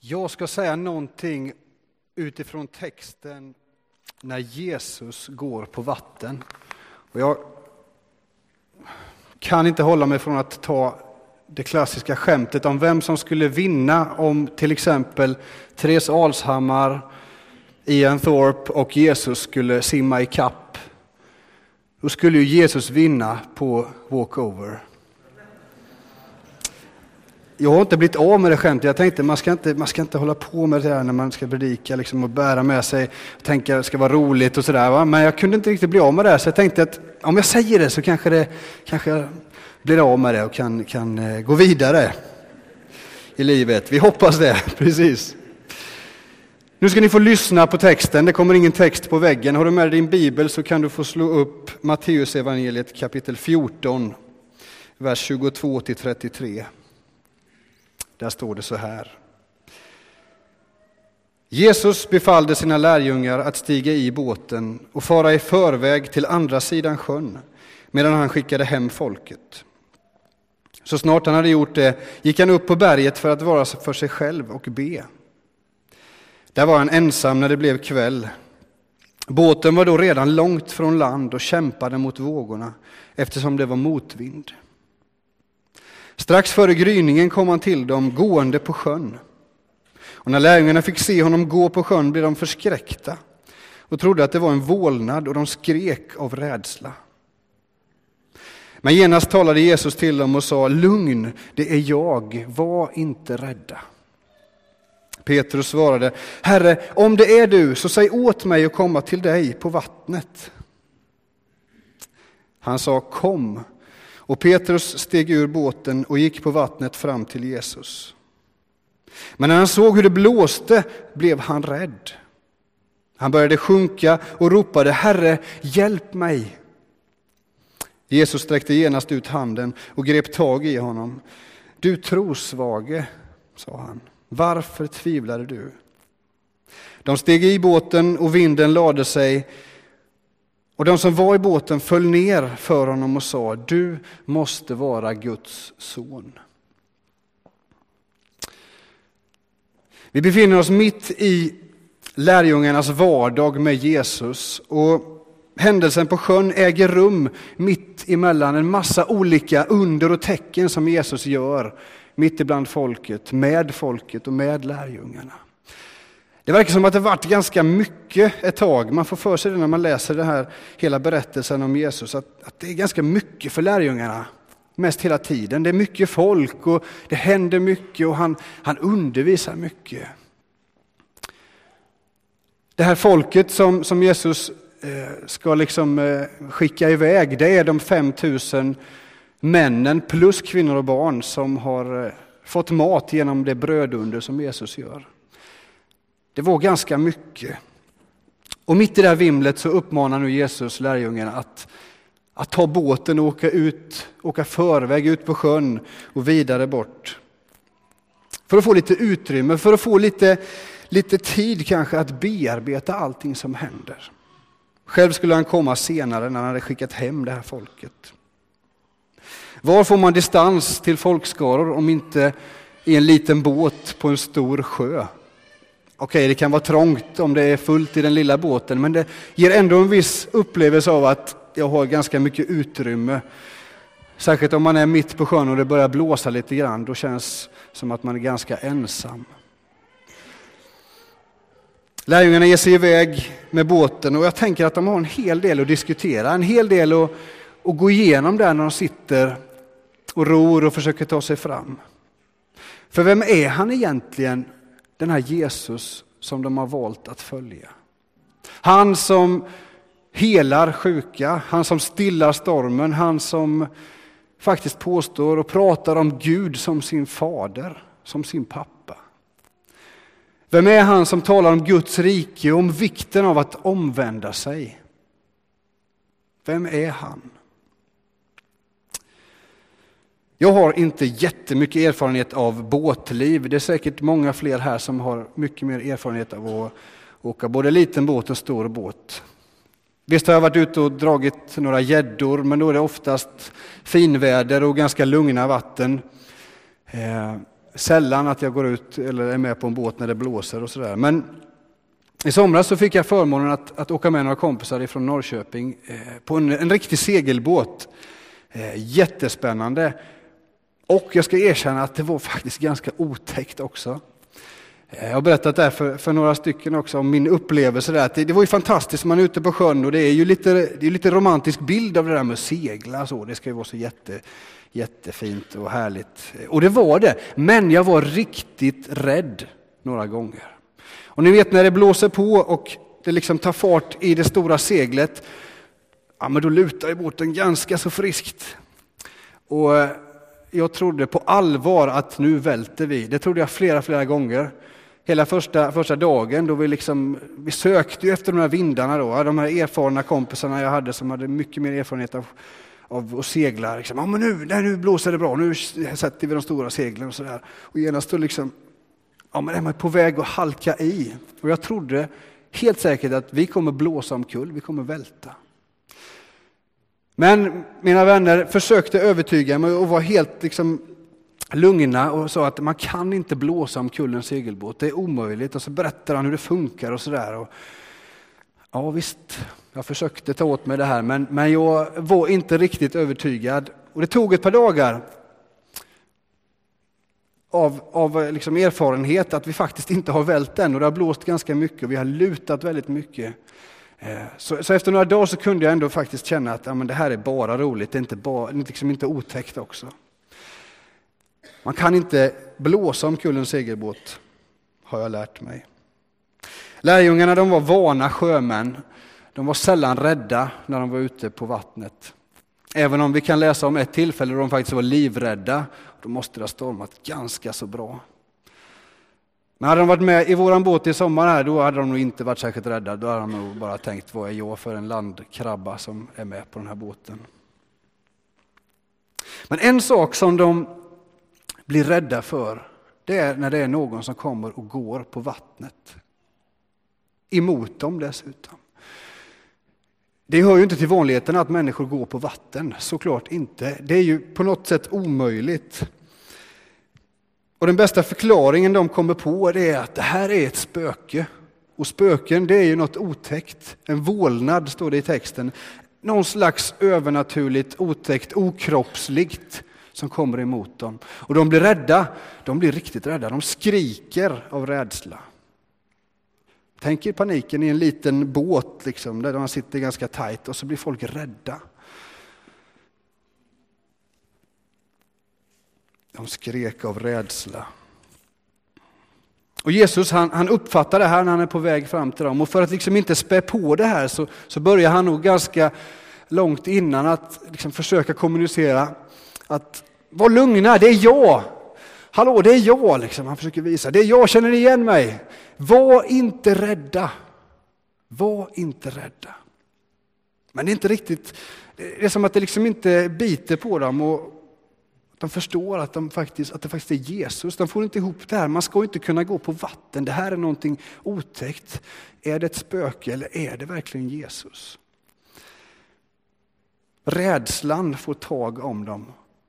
Jag ska säga någonting utifrån texten när Jesus går på vatten. Och jag kan inte hålla mig från att ta det klassiska skämtet om vem som skulle vinna om till exempel Therese Alshammar, Ian Thorpe och Jesus skulle simma i kapp. Då skulle ju Jesus vinna på walkover. Jag har inte blivit av med det skämtet. Jag tänkte man ska inte hålla på med det här när man ska predika liksom, och bära med sig och tänka att det ska vara roligt och sådär. Va? Men jag kunde inte riktigt bli av med det här, så jag tänkte att om jag säger det så kanske jag blir av med det och kan gå vidare i livet. Vi hoppas det, precis. Nu ska ni få lyssna på texten. Det kommer ingen text på väggen. Har du med din bibel så kan du få slå upp Matteus evangeliet kapitel 14, vers 22-33. Där står det så här. Jesus befallde sina lärjungar att stiga i båten och fara i förväg till andra sidan sjön, medan han skickade hem folket. Så snart han hade gjort det gick han upp på berget för att vara för sig själv och be. Där var han ensam när det blev kväll. Båten var då redan långt från land och kämpade mot vågorna eftersom det var motvind. Strax före gryningen kom han till dem gående på sjön. Och när lärjungarna fick se honom gå på sjön blev de förskräckta och trodde att det var en vålnad, och de skrek av rädsla. Men genast talade Jesus till dem och sa: lugn, det är jag, var inte rädda. Petrus svarade: Herre, om det är du, så säg åt mig att komma till dig på vattnet. Han sa: kom. Och Petrus steg ur båten och gick på vattnet fram till Jesus. Men när han såg hur det blåste blev han rädd. Han började sjunka och ropade: Herre, hjälp mig. Jesus sträckte genast ut handen och grep tag i honom. Du trosvage, sa han. Varför tvivlade du? De steg i båten och vinden lade sig. Och de som var i båten föll ner för honom och sa: du måste vara Guds son. Vi befinner oss mitt i lärjungarnas vardag med Jesus. Och händelsen på sjön äger rum mitt emellan en massa olika under och tecken som Jesus gör. Mitt ibland folket och med lärjungarna. Det verkar som att det varit ganska mycket ett tag. Man får för sig det när man läser det här, hela berättelsen om Jesus. Att det är ganska mycket för lärjungarna. Mest hela tiden. Det är mycket folk och det händer mycket och han undervisar mycket. Det här folket som Jesus ska liksom skicka iväg, det är de 5000 männen plus kvinnor och barn som har fått mat genom det brödunder som Jesus gör. Det var ganska mycket. Och mitt i det här vimlet så uppmanar nu Jesus lärjungarna att ta båten och åka förväg ut på sjön och vidare bort. För att få lite utrymme, för att få lite tid kanske att bearbeta allting som händer. Själv skulle han komma senare när han hade skickat hem det här folket. Var får man distans till folkskaror om inte i en liten båt på en stor sjö? Okej, det kan vara trångt om det är fullt i den lilla båten, men det ger ändå en viss upplevelse av att jag har ganska mycket utrymme. Särskilt om man är mitt på sjön och det börjar blåsa lite grann, då känns det som att man är ganska ensam. Lärjungarna ger sig iväg med båten och jag tänker att de har en hel del att diskutera, en hel del att gå igenom där när de sitter och ror och försöker ta sig fram. För vem är han egentligen, den här Jesus som de har valt att följa? Han som helar sjuka, han som stillar stormen, han som faktiskt påstår och pratar om Gud som sin fader, som sin pappa. Vem är han som talar om Guds rike och om vikten av att omvända sig? Vem är han? Jag har inte jättemycket erfarenhet av båtliv. Det är säkert många fler här som har mycket mer erfarenhet av att åka både liten båt och stor båt. Visst har jag varit ute och dragit några gäddor, men då är det oftast finväder och ganska lugna vatten. sällan att jag går ut eller är med på en båt när det blåser och sådär. Men i somras så fick jag förmånen att åka med några kompisar ifrån Norrköping på en riktig segelbåt. Jättespännande. Och jag ska erkänna att det var faktiskt ganska otäckt också. Jag har berättat det här för några stycken också om min upplevelse där. Att det var ju fantastiskt, man är ute på sjön och det är ju lite romantisk bild av det där med att segla. Så. Det ska ju vara så jättefint och härligt. Och det var det, men jag var riktigt rädd några gånger. Och ni vet när det blåser på och det liksom tar fart i det stora seglet, ja men då lutar ju båten ganska så friskt. Och jag trodde på allvar att nu välter vi. Det trodde jag flera gånger. Hela första dagen då vi sökte ju efter de här vindarna då. De här erfarna kompisarna jag hade som hade mycket mer erfarenhet av att segla. Liksom. Ja, men nu blåser det bra. Nu sätter vi de stora seglen och sådär. Och genast då ja men är man på väg att halka i. Och jag trodde helt säkert att vi kommer blåsa omkull. Vi kommer välta. Men mina vänner försökte övertyga mig och var helt lugna och sa att man kan inte blåsa omkull en segelbåt. Det är omöjligt. Och så berättar han hur det funkar och sådär. Ja visst, jag försökte ta åt mig det här men jag var inte riktigt övertygad. Och det tog ett par dagar av erfarenhet att vi faktiskt inte har vält än. Och det har blåst ganska mycket och vi har lutat väldigt mycket. Så efter några dagar så kunde jag ändå faktiskt känna att men det här är bara roligt. Det är inte otäckt också. Man kan inte blåsa omkull en segelbåt, har jag lärt mig. Lärjungarna, de var vana sjömän. De var sällan rädda när de var ute på vattnet. Även om vi kan läsa om ett tillfälle då de faktiskt var livrädda. Då måste det ha stormat ganska så bra. Men hade de varit med i våran båt i sommar här, då hade de nog inte varit särskilt rädda. Då hade de nog bara tänkt, vad är jag för en landkrabba som är med på den här båten. Men en sak som de blir rädda för, det är när det är någon som kommer och går på vattnet. Emot dem dessutom. Det hör ju inte till vanligheten att människor går på vatten, såklart inte. Det är ju på något sätt omöjligt. Och den bästa förklaringen de kommer på det är att det här är ett spöke. Och spöken, det är ju något otäckt. En vålnad står det i texten. Någon slags övernaturligt, otäckt, okroppsligt som kommer emot dem. Och de blir rädda. De blir riktigt rädda. De skriker av rädsla. Tänk er paniken i en liten båt där man sitter ganska tajt och så blir folk rädda. De skrek av rädsla. Och Jesus han uppfattar det här när han är på väg fram till dem. Och för att inte spä på det här så börjar han nog ganska långt innan att försöka kommunicera. Att var lugna, det är jag. Hallå, det är jag. Han försöker visa. Det är jag, känner igen mig. Var inte rädda. Var inte rädda. Men det är inte riktigt. Det är som att det inte biter på dem. Och de förstår att det faktiskt är Jesus. De får inte ihop det här. Man ska inte kunna gå på vatten. Det här är någonting otäckt. Är det ett spöke eller är det verkligen Jesus? Rädslan får tag om dem.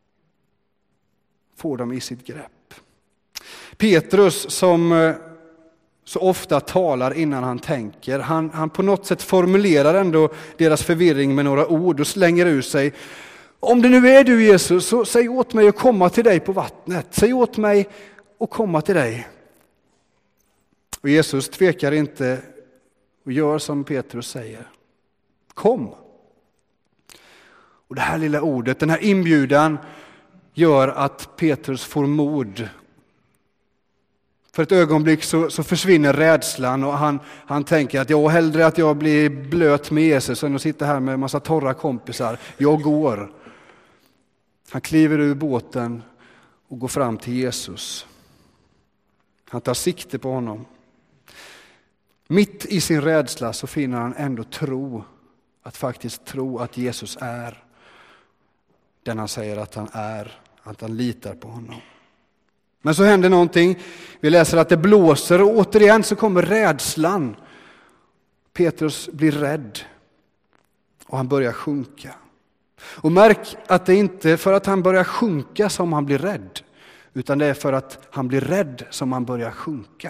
Får dem i sitt grepp. Petrus som så ofta talar innan han tänker. Han på något sätt formulerar ändå deras förvirring med några ord och slänger ur sig. Om det nu är du Jesus, så säg åt mig att komma till dig på vattnet. Säg åt mig att komma till dig. Och Jesus tvekar inte och gör som Petrus säger. Kom. Och det här lilla ordet, den här inbjudan gör att Petrus får mod. För ett ögonblick så försvinner rädslan och han tänker att jag hellre att jag blir blöt med Jesus än att sitta här med en massa torra kompisar. Jag går. Han kliver ur båten och går fram till Jesus. Han tar sikte på honom. Mitt i sin rädsla så finner han ändå tro att Jesus är den han säger att han är, att han litar på honom. Men så händer någonting. Vi läser att det blåser och återigen så kommer rädslan. Petrus blir rädd och han börjar sjunka. Och märk att det inte är för att han börjar sjunka som han blir rädd, utan det är för att han blir rädd som han börjar sjunka.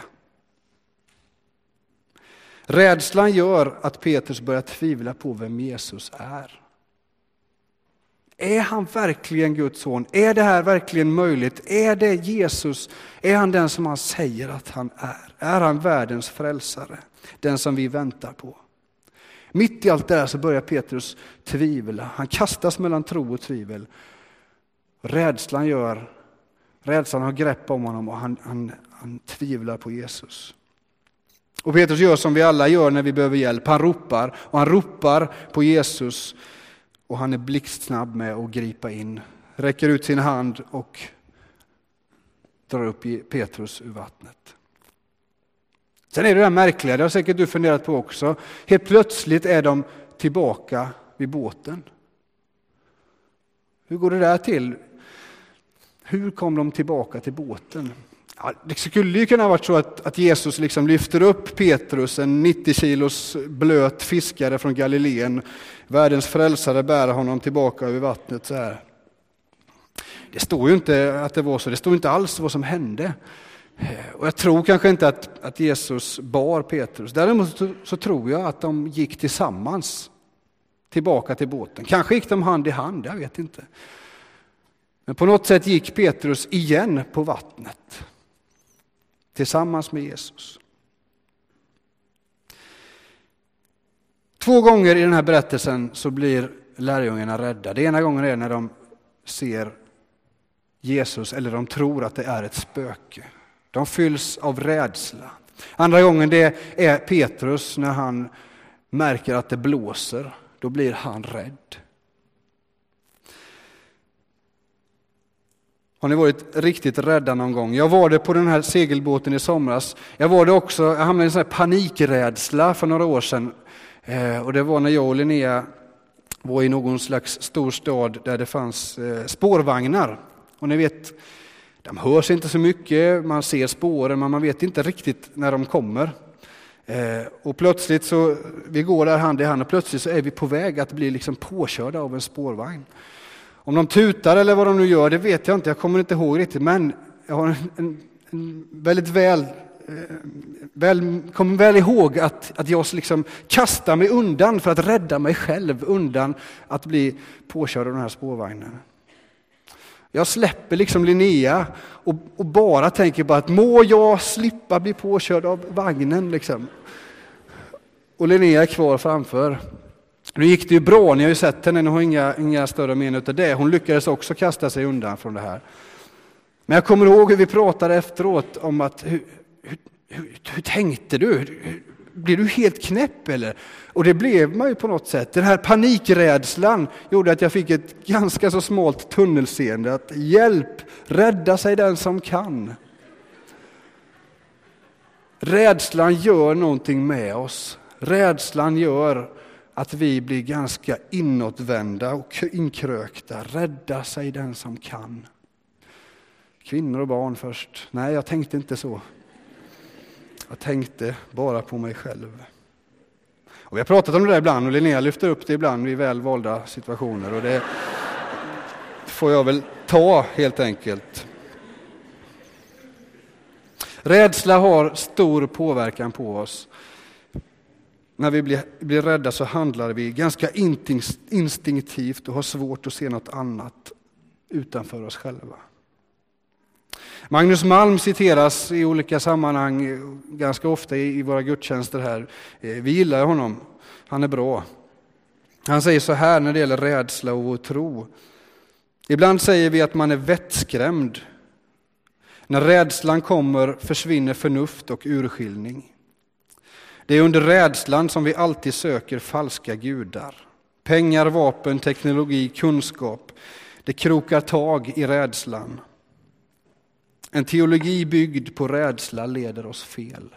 Rädslan gör att Petrus börjar tvivla på vem Jesus är. Är han verkligen Guds son? Är det här verkligen möjligt? Är det Jesus? Är han den som han säger att han är? Är han världens frälsare? Den som vi väntar på? Mitt i allt det här så börjar Petrus tvivla. Han kastas mellan tro och tvivel. Rädslan har grepp om honom och han tvivlar på Jesus. Och Petrus gör som vi alla gör när vi behöver hjälp. Han ropar på Jesus. Och han är blixtsnabb med att gripa in. Räcker ut sin hand och drar upp Petrus ur vattnet. Sen är det här märkliga, det har säkert du funderat på också. Helt plötsligt är de tillbaka vid båten. Hur går det där till? Hur kom de tillbaka till båten? Ja, det skulle ju kunna ha varit så att Jesus liksom lyfter upp Petrus, en 90 kilos blöt fiskare från Galileen. Världens frälsare bär honom tillbaka över vattnet så här. Det står ju inte att det var så, det står inte alls vad som hände. Och jag tror kanske inte att Jesus bar Petrus. Däremot så tror jag att de gick tillsammans tillbaka till båten. Kanske gick de hand i hand, jag vet inte. Men på något sätt gick Petrus igen på vattnet. Tillsammans med Jesus. 2 gånger i den här berättelsen så blir lärjungarna rädda. Det ena gången är när de ser Jesus eller de tror att det är ett spöke. De fylls av rädsla. Andra gången det är Petrus när han märker att det blåser. Då blir han rädd. Har ni varit riktigt rädda någon gång? Jag var det på den här segelbåten i somras. Jag hamnade i en sån här panikrädsla för några år sedan. Och det var när jag och Linnea var i någon slags stor stad där det fanns spårvagnar. Och ni vet, de hörs inte så mycket, man ser spåren men man vet inte riktigt när de kommer. Och plötsligt så, vi går där hand i hand och plötsligt så är vi på väg att bli liksom påkörda av en spårvagn. Om de tutar eller vad de nu gör, det vet jag inte, jag kommer inte ihåg riktigt, men jag har en väldigt kommer väl ihåg att jag liksom kastar mig undan för att rädda mig själv undan att bli påkörd av den här spårvagnen. Jag släpper liksom Linnea och bara tänker på att må jag slippa bli påkörd av vagnen liksom. Och Linnea är kvar framför. Nu gick det ju bra, ni har ju sett henne, hon har inga större men utav det. Hon lyckades också kasta sig undan från det här. Men jag kommer ihåg hur vi pratade efteråt om att hur tänkte du? Blir du helt knäpp eller? Och det blev man ju på något sätt. Den här panikrädslan gjorde att jag fick ett ganska så smalt tunnelseende. Att hjälp, rädda sig den som kan. Rädslan gör någonting med oss. Rädslan gör att vi blir ganska inåtvända och inkrökta. Rädda sig den som kan. Kvinnor och barn först. Nej, jag tänkte inte så. Jag tänkte bara på mig själv. Och vi har pratat om det där ibland och Linnea lyfter upp det ibland i väl valda situationer. Och det får jag väl ta helt enkelt. Rädsla har stor påverkan på oss. När vi blir rädda så handlar vi ganska instinktivt och har svårt att se något annat utanför oss själva. Magnus Malm citeras i olika sammanhang ganska ofta i våra gudstjänster här. Vi gillar honom, han är bra. Han säger så här när det gäller rädsla och vår tro. Ibland säger vi att man är vettskrämd. När rädslan kommer försvinner förnuft och urskiljning. Det är under rädslan som vi alltid söker falska gudar. Pengar, vapen, teknologi, kunskap. Det krokar tag i rädslan. En teologi byggd på rädsla leder oss fel.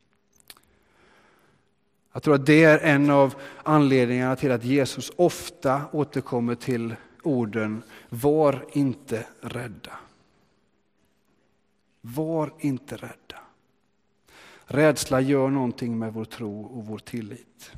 Jag tror att det är en av anledningarna till att Jesus ofta återkommer till orden var inte rädda. Var inte rädda. Rädsla gör någonting med vår tro och vår tillit.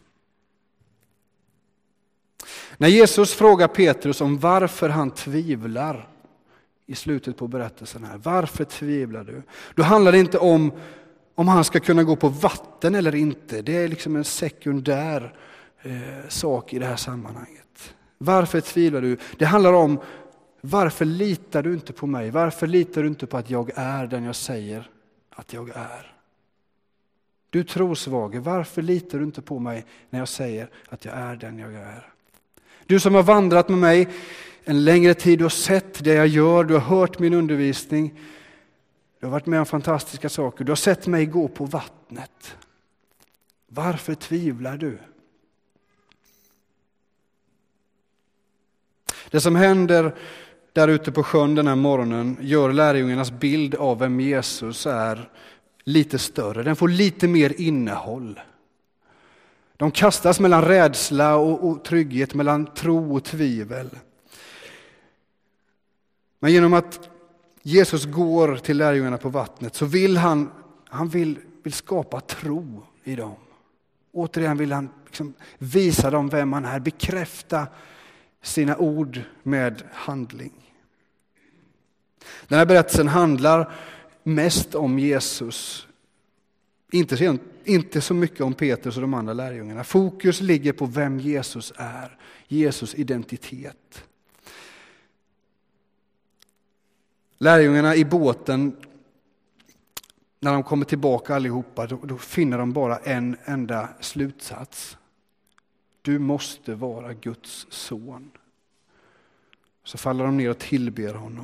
När Jesus frågar Petrus om varför han tvivlar i slutet på berättelsen här. Varför tvivlar du? Då handlar det inte om han ska kunna gå på vatten eller inte. Det är liksom en sekundär sak i det här sammanhanget. Varför tvivlar du? Det handlar om varför litar du inte på mig? Varför litar du inte på att jag är den jag säger att jag är? Du trosvage, varför litar du inte på mig när jag säger att jag är den jag är? Du som har vandrat med mig en längre tid, du har sett det jag gör, du har hört min undervisning, du har varit med om fantastiska saker, du har sett mig gå på vattnet. Varför tvivlar du? Det som händer där ute på sjön den här morgonen gör lärjungarnas bild av vem Jesus är lite större. Den får lite mer innehåll. De kastas mellan rädsla och trygghet, mellan tro och tvivel. Men genom att Jesus går till lärjungarna på vattnet så vill han vill skapa tro i dem. Återigen vill han liksom visa dem vem han är, bekräfta sina ord med handling. Den här berättelsen handlar mest om Jesus. Inte så mycket om Petrus och de andra lärjungarna. Fokus ligger på vem Jesus är. Jesus identitet. Lärjungarna i båten, när de kommer tillbaka allihopa, då finner de bara en enda slutsats. Du måste vara Guds son. Så faller de ner och tillber honom.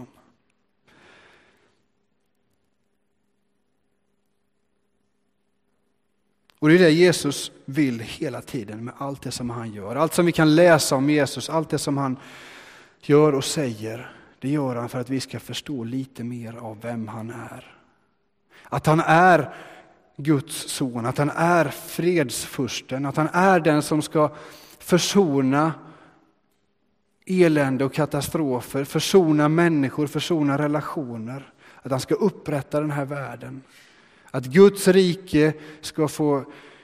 Och det är det Jesus vill hela tiden med allt det som han gör. Allt som vi kan läsa om Jesus, allt det som han gör och säger, det gör han för att vi ska förstå lite mer av vem han är. Att han är Guds son, att han är fredsfursten, att han är den som ska försona elände och katastrofer, försona människor, försona relationer. Att han ska upprätta den här världen. Att Guds rike ska få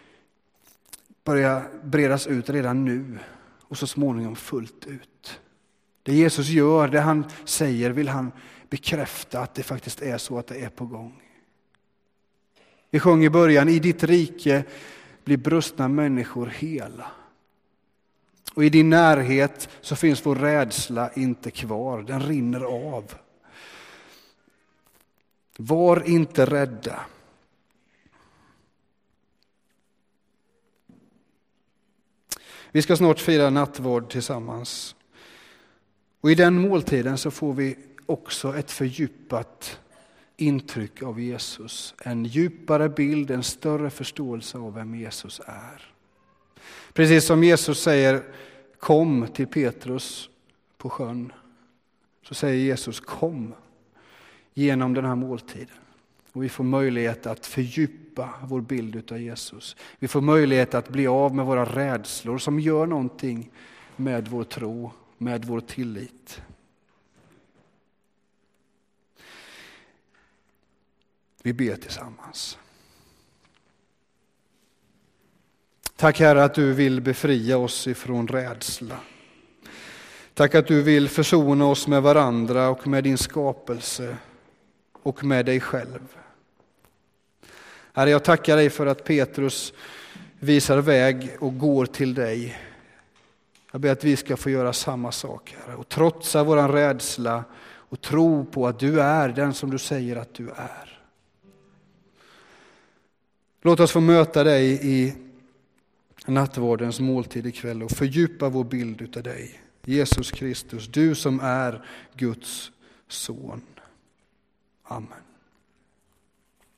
börja bredas ut redan nu och så småningom fullt ut. Det Jesus gör, det han säger, vill han bekräfta att det faktiskt är så att det är på gång. Vi sjöng i början, i ditt rike blir brustna människor hela. Och i din närhet så finns vår rädsla inte kvar, den rinner av. Var inte rädda. Vi ska snart fira nattvard tillsammans. Och i den måltiden så får vi också ett fördjupat intryck av Jesus. En djupare bild, en större förståelse av vem Jesus är. Precis som Jesus säger, kom till Petrus på sjön. Så säger Jesus, kom genom den här måltiden. Och vi får möjlighet att fördjupa vår bild av Jesus. Vi får möjlighet att bli av med våra rädslor som gör någonting med vår tro, med vår tillit. Vi ber tillsammans. Tack Herre att du vill befria oss ifrån rädsla. Tack att du vill försona oss med varandra och med din skapelse och med dig själv. Herre, jag tackar dig för att Petrus visar väg och går till dig. Jag ber att vi ska få göra samma sak, Herre, och trotsa våran rädsla och tro på att du är den som du säger att du är. Låt oss få möta dig i nattvardens måltid ikväll och fördjupa vår bild utav dig. Jesus Kristus, du som är Guds son. Amen.